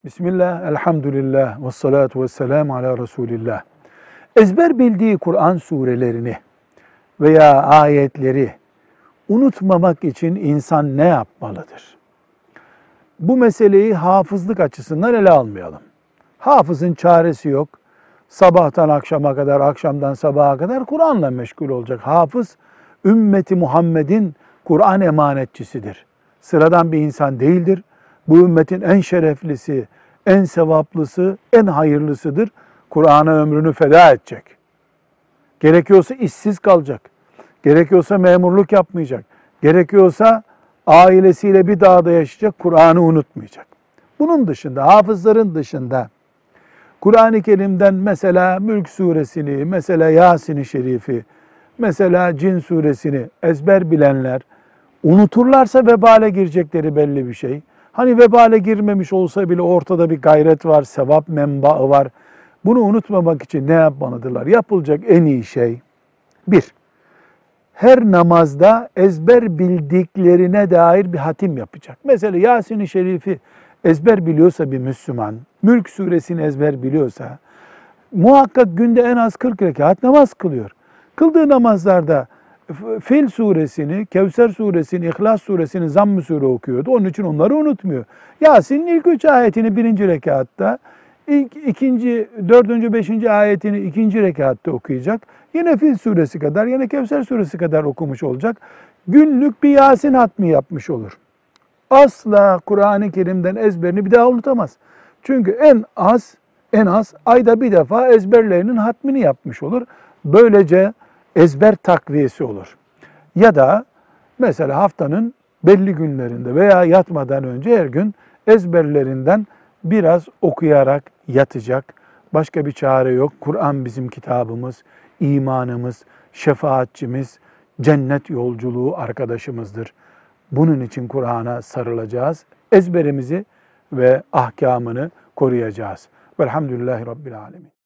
Bismillah, elhamdülillah, ve salatu ve selamu ala Resulillah. Ezber bildiği Kur'an surelerini veya ayetleri unutmamak için insan ne yapmalıdır? Bu meseleyi hafızlık açısından ele almayalım. Hafızın çaresi yok. Sabahtan akşama kadar, akşamdan sabaha kadar Kur'an'la meşgul olacak. Hafız, ümmeti Muhammed'in Kur'an emanetçisidir. Sıradan bir insan değildir. Bu ümmetin en şereflisi, en sevaplısı, en hayırlısıdır. Kur'an'a ömrünü feda edecek. Gerekiyorsa işsiz kalacak. Gerekiyorsa memurluk yapmayacak. Gerekiyorsa ailesiyle bir dağda yaşayacak, Kur'an'ı unutmayacak. Bunun dışında, hafızların dışında Kur'an-ı Kerim'den mesela Mülk suresini, mesela Yasin-i Şerif'i, mesela Cin suresini ezber bilenler unuturlarsa vebale girecekleri belli bir şey. Hani vebale girmemiş olsa bile ortada bir gayret var, sevap menbaı var. Bunu unutmamak için ne yapmalıdırlar? Yapılacak en iyi şey, bir, her namazda ezber bildiklerine dair bir hatim yapacak. Mesela Yasin-i Şerif'i ezber biliyorsa bir Müslüman, Mülk suresini ezber biliyorsa, muhakkak günde en az 40 rekat namaz kılıyor. Kıldığı namazlarda Fil suresini, Kevser suresini, İhlas suresini, Zamm-ı sure okuyordu. Onun için onları unutmuyor. Yasin'in ilk 3 ayetini 1. rekatta, ikinci, 4. 5. ayetini 2. rekatta okuyacak. Yine Fil suresi kadar, yine Kevser suresi kadar okumuş olacak. Günlük bir Yasin hatmi yapmış olur. Asla Kur'an-ı Kerim'den ezberini bir daha unutamaz. Çünkü en az ayda bir defa ezberlerinin hatmini yapmış olur. Böylece ezber takviyesi olur. Ya da mesela haftanın belli günlerinde veya yatmadan önce her gün ezberlerinden biraz okuyarak yatacak. Başka bir çare yok. Kur'an bizim kitabımız, imanımız, şefaatçimiz, cennet yolculuğu arkadaşımızdır. Bunun için Kur'an'a sarılacağız. Ezberimizi ve ahkamını koruyacağız. Velhamdülillahi Rabbil Alemin.